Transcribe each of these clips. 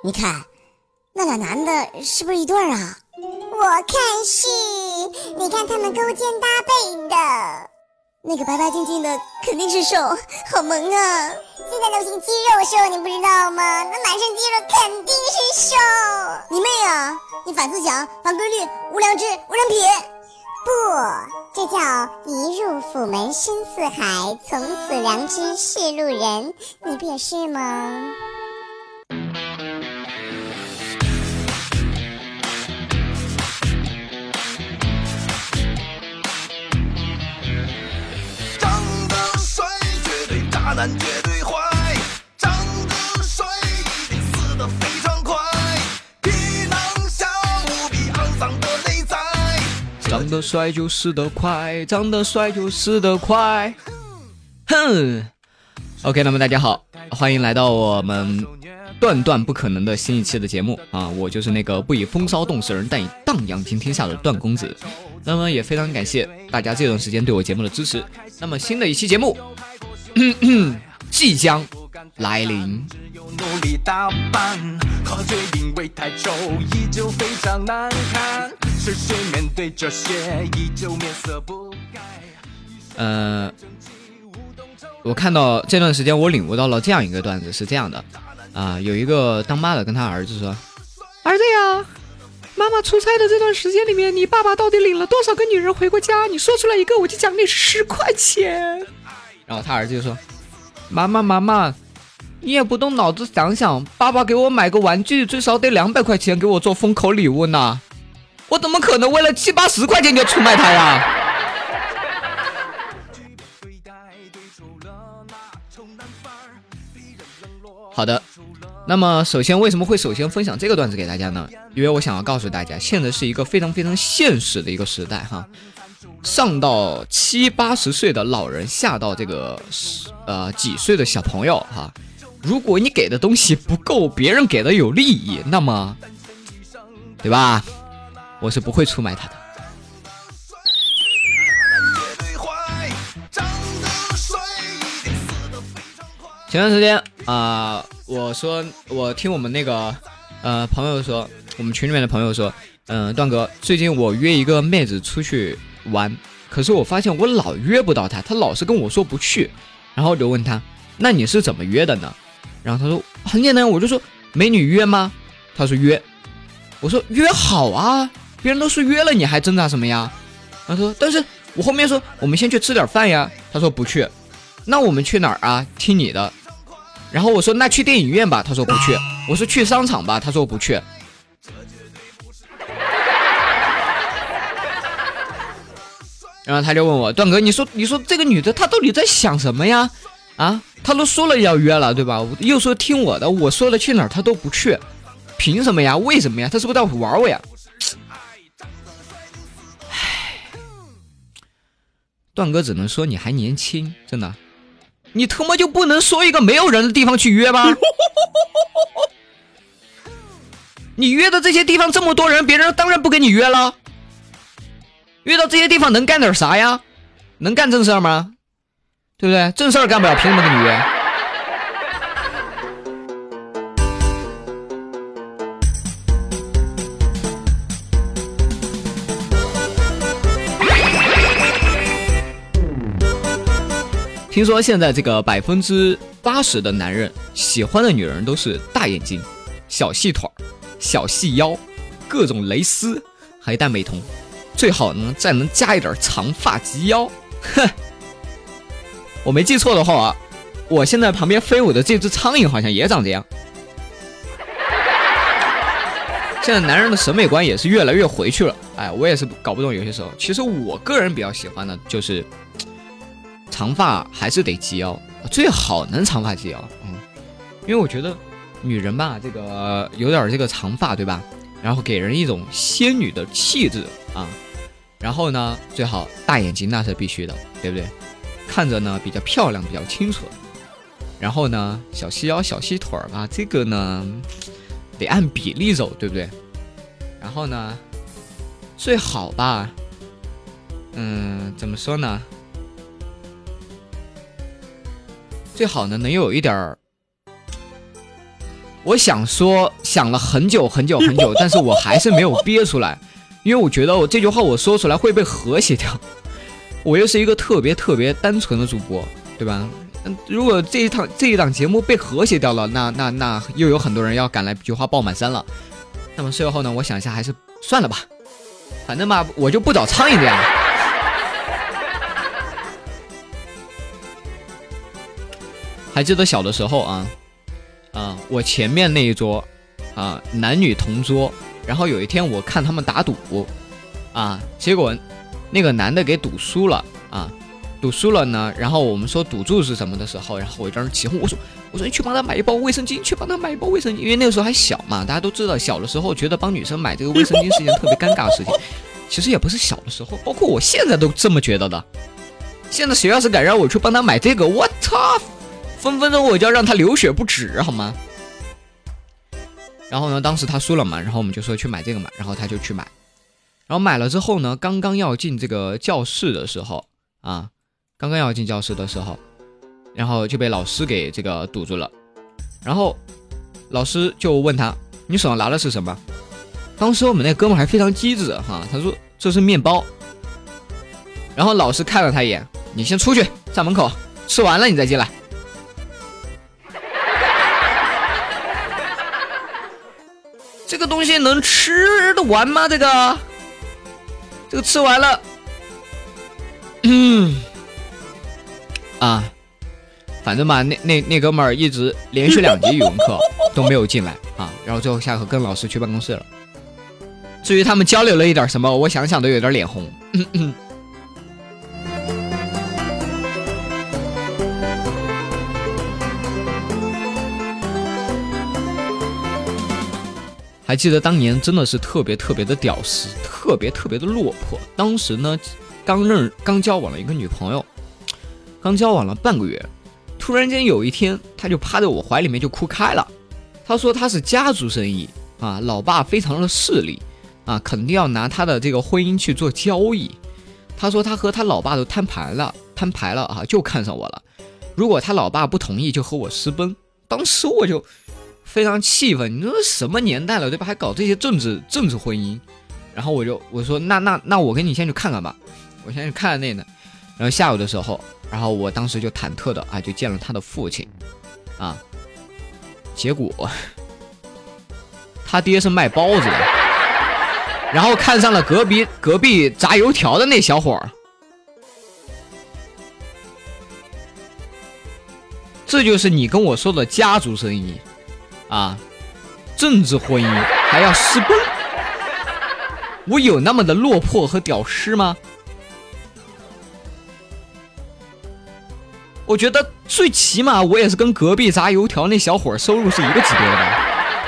你看那俩男的是不是一对啊？ 我看是，你看他们勾肩搭背的。 那个白白净净的肯定是瘦，好萌啊！ 现在流行肌肉瘦，你不知道吗？那满身肌肉肯定是瘦。 你妹啊！你反思想，反规律，无良知，无人品。 不，这叫一入府门深似海，从此良知是路人。你不也是吗？ 男绝对坏，长得帅一定死得非常快，皮囊小无比肮脏的内在， 长得帅就死得快，长得帅就死得快。哼 OK， 那么大家好，欢迎来到我们断断不可能的新一期的节目啊！我就是那个不以风骚动世人，但以荡漾惊天下的段公子。那么也非常感谢大家这段时间对我节目的支持。那么新的一期节目即将来临。 努力打扮，可却因为太丑依旧非常难看，是谁面对这些依旧面色不改。 我看到这段时间我领悟到了这样一个段子，是这样的有一个当妈的跟他儿子说，儿子呀，妈妈出差的这段时间里面，你爸爸到底领了多少个女人回过家？你说出来一个我就奖励10块钱。然后他儿子就说，妈妈，你也不动脑子想想，爸爸给我买个玩具最少得200块钱给我做封口礼物呢，我怎么可能为了70-80块钱就出卖他呀？好的，那么首先为什么会分享这个段子给大家呢？因为我想要告诉大家，现在是一个非常非常现实的一个时代哈。上到70-80岁的老人，下到这个几岁的小朋友哈，如果你给的东西不够别人给的有利益，那么对吧，我是不会出卖他的。前段时间我听我们那个朋友说，我们群里面的朋友说，段哥，最近我约一个妹子出去玩，可是我发现我老约不到她，她老是跟我说不去，然后我就问她，那你是怎么约的呢？然后她说很简单，我就说美女约吗？她说约，我说约好啊，别人都说约了，你还挣扎什么呀？她说但是我后面说我们先去吃点饭呀，她说不去，那我们去哪儿啊？听你的。然后我说那去电影院吧，她说不去，我说去商场吧，她说不去。然后他就问我，段哥，你说这个女的她到底在想什么呀？啊，她都说了要约了，对吧？又说听我的，我说了去哪儿她都不去，凭什么呀？为什么呀？她是不是在玩我呀？段哥只能说你还年轻，真的，你他妈就不能说一个没有人的地方去约吗？你约的这些地方这么多人，别人当然不跟你约了。约到这些地方能干点啥呀？能干正事吗？对不对？正事干不了，凭什么跟你约？听说现在这个80%的男人喜欢的女人都是大眼睛、小细腿、小细腰，各种蕾丝，还带美瞳。最好呢，再能加一点长发及腰。哼，我没记错的话我现在旁边飞舞的这只苍蝇好像也长这样。现在男人的审美观也是越来越回去了。我也是搞不懂，有些时候，其实我个人比较喜欢的就是长发还是得及腰，最好能长发及腰。因为我觉得女人吧，这个有点这个长发，对吧？然后给人一种仙女的气质啊。然后呢，最好大眼睛，那是必须的，对不对？看着呢比较漂亮，比较清纯。然后呢，小细腰、小细腿吧，这个呢得按比例走，对不对？然后呢，最好吧，怎么说呢？最好呢能有一点我想了很久，但是我还是没有憋出来，因为我觉得我这句话我说出来会被和谐掉。我又是一个特别单纯的主播，对吧？如果这一档节目被和谐掉了，那又有很多人要赶来菊花爆满山了。那么事后呢，我想一下，还是算了吧，反正吧，我就不找苍蝇这样。还记得小的时候我前面那一桌男女同桌，然后有一天我看他们打赌结果那个男的给赌输了赌输了呢，然后我们说赌注是什么的时候，然后我当时起哄，我说你去帮他买一包卫生巾，因为那个时候还小嘛，大家都知道小的时候觉得帮女生买这个卫生巾是一件特别尴尬的事情，其实也不是小的时候，包括我现在都这么觉得的。现在谁要是敢让我去帮他买这个，我操，分分钟我就要让他流血不止，好吗？然后呢，当时他输了嘛，然后我们就说去买这个嘛，然后他就去买，然后买了之后呢，刚刚要进这个教室的时候然后就被老师给这个堵住了，然后老师就问他，你手上拿的是什么？当时我们那哥们还非常机智他说这是面包。然后老师看了他一眼，你先出去站门口，吃完了你再进来。这个东西能吃得完吗？这个吃完了反正吧，那哥们儿一直连续2节语文课都没有进来然后最后下课跟老师去办公室了。至于他们交流了一点什么，我想想都有点脸红。还记得当年真的是特别的屌丝，特别的落魄。当时呢，刚交往了一个女朋友，刚交往了半个月，突然间有一天，他就趴在我怀里面就哭开了。他说他是家族生意老爸非常的势利肯定要拿他的这个婚姻去做交易。他说他和他老爸都摊牌了就看上我了。如果他老爸不同意，就和我私奔。当时我就非常气愤，你说什么年代了，对吧？还搞这些政治婚姻。然后我说那我跟你先去看看吧，我先去看看那呢。然后下午的时候，然后我当时就忐忑的就见了他的父亲结果他爹是卖包子的，然后看上了隔壁炸油条的那小伙儿。这就是你跟我说的家族生意政治婚姻还要私奔，我有那么的落魄和屌丝吗？我觉得最起码我也是跟隔壁炸油条那小伙收入是一个级别的吧。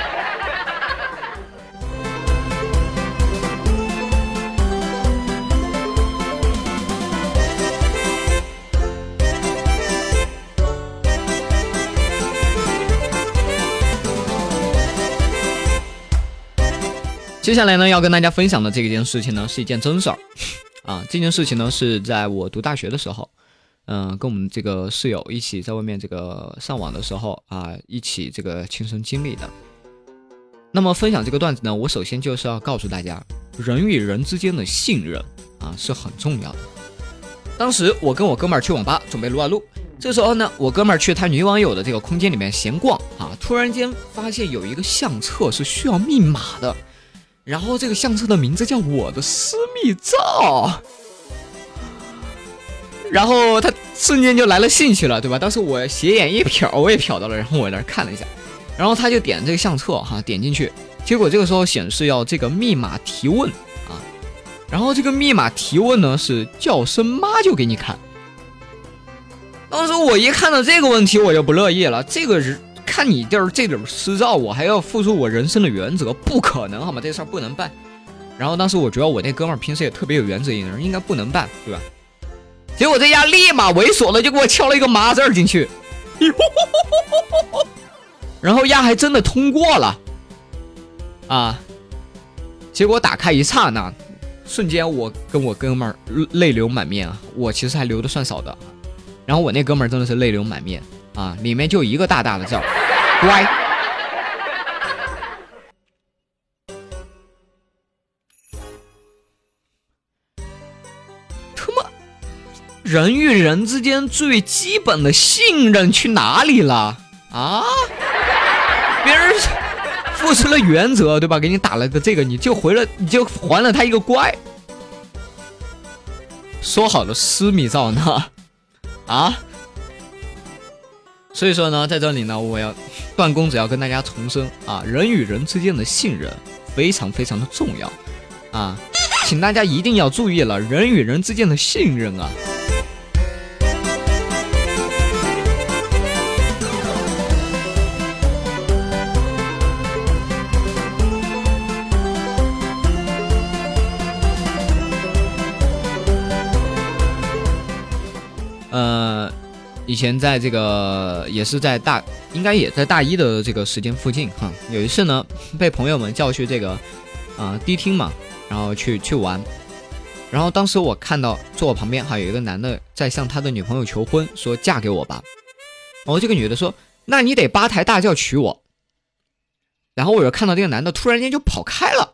接下来呢，要跟大家分享的这件事情呢，是一件真事儿这件事情呢，是在我读大学的时候，跟我们这个室友一起在外面这个上网的时候一起这个亲身经历的。那么分享这个段子呢，我首先就是要告诉大家，人与人之间的信任是很重要的。当时我跟我哥们儿去网吧准备撸撸，这时候呢，我哥们儿去他女网友的这个空间里面闲逛突然间发现有一个相册是需要密码的。然后这个相册的名字叫我的私密照，然后他瞬间就来了兴趣了，对吧？当时我斜眼一瞟，我也瞟到了，然后我在那看了一下，然后他就点这个相册点进去，结果这个时候显示要这个密码提问然后这个密码提问呢是叫声妈就给你看。当时我一看到这个问题我就不乐意了，这个人看你这点私照，我还要付出我人生的原则，不可能好吗？这事儿不能办。然后当时我觉得我那哥们儿平时也特别有原则一点，应该不能办，对吧？结果这家立马猥琐的就给我敲了一个妈字进去，然后还真的通过了结果打开一刹那，瞬间我跟我哥们儿泪流满面我其实还流的算少的，然后我那哥们儿真的是泪流满面里面就一个大大的字儿，乖。 人与人之间最基本的信任去哪里了啊？别人付出了原则，对吧？给你打了个这个，你就还了他一个乖。说好了私密照呢？啊？所以说呢，在这里呢，段公子要跟大家重申啊，人与人之间的信任非常非常的重要啊，请大家一定要注意了，人与人之间的信任啊。以前在这个也是在应该也在大一的这个时间附近哈，有一次呢被朋友们叫去这个迪厅嘛，然后去玩，然后当时我看到坐我旁边还有一个男的在向他的女朋友求婚，说嫁给我吧。然后这个女的说那你得8抬大轿娶我。然后我就看到这个男的突然间就跑开了，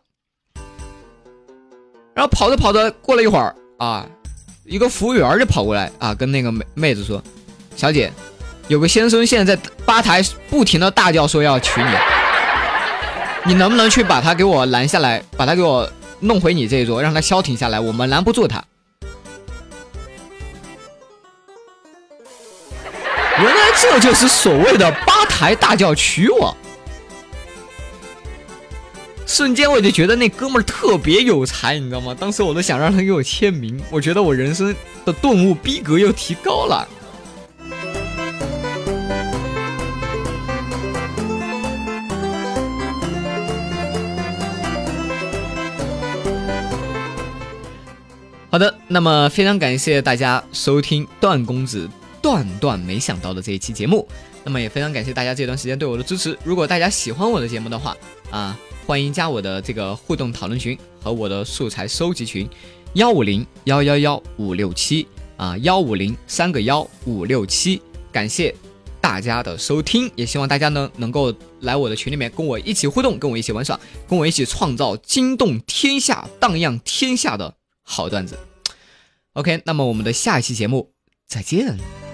然后跑着过了一会儿啊，一个服务员就跑过来啊，跟那个妹子说，小姐，有个先生现在在吧台不停的大叫说要娶你，你能不能去把他给我拦下来，把他给我弄回你这一桌，让他消停下来，我们拦不住他。原来这就是所谓的吧台大叫娶我。瞬间我就觉得那哥们儿特别有才，你知道吗？当时我都想让他给我签名，我觉得我人生的顿悟逼格又提高了。好的，那么非常感谢大家收听段公子段没想到的这一期节目，那么也非常感谢大家这段时间对我的支持。如果大家喜欢我的节目的话欢迎加我的这个互动讨论群和我的素材收集群1501115671503567。感谢大家的收听，也希望大家呢能够来我的群里面跟我一起互动，跟我一起玩耍，跟我一起创造惊动天下荡漾天下的好段子。OK， 那么我们的下一期节目再见。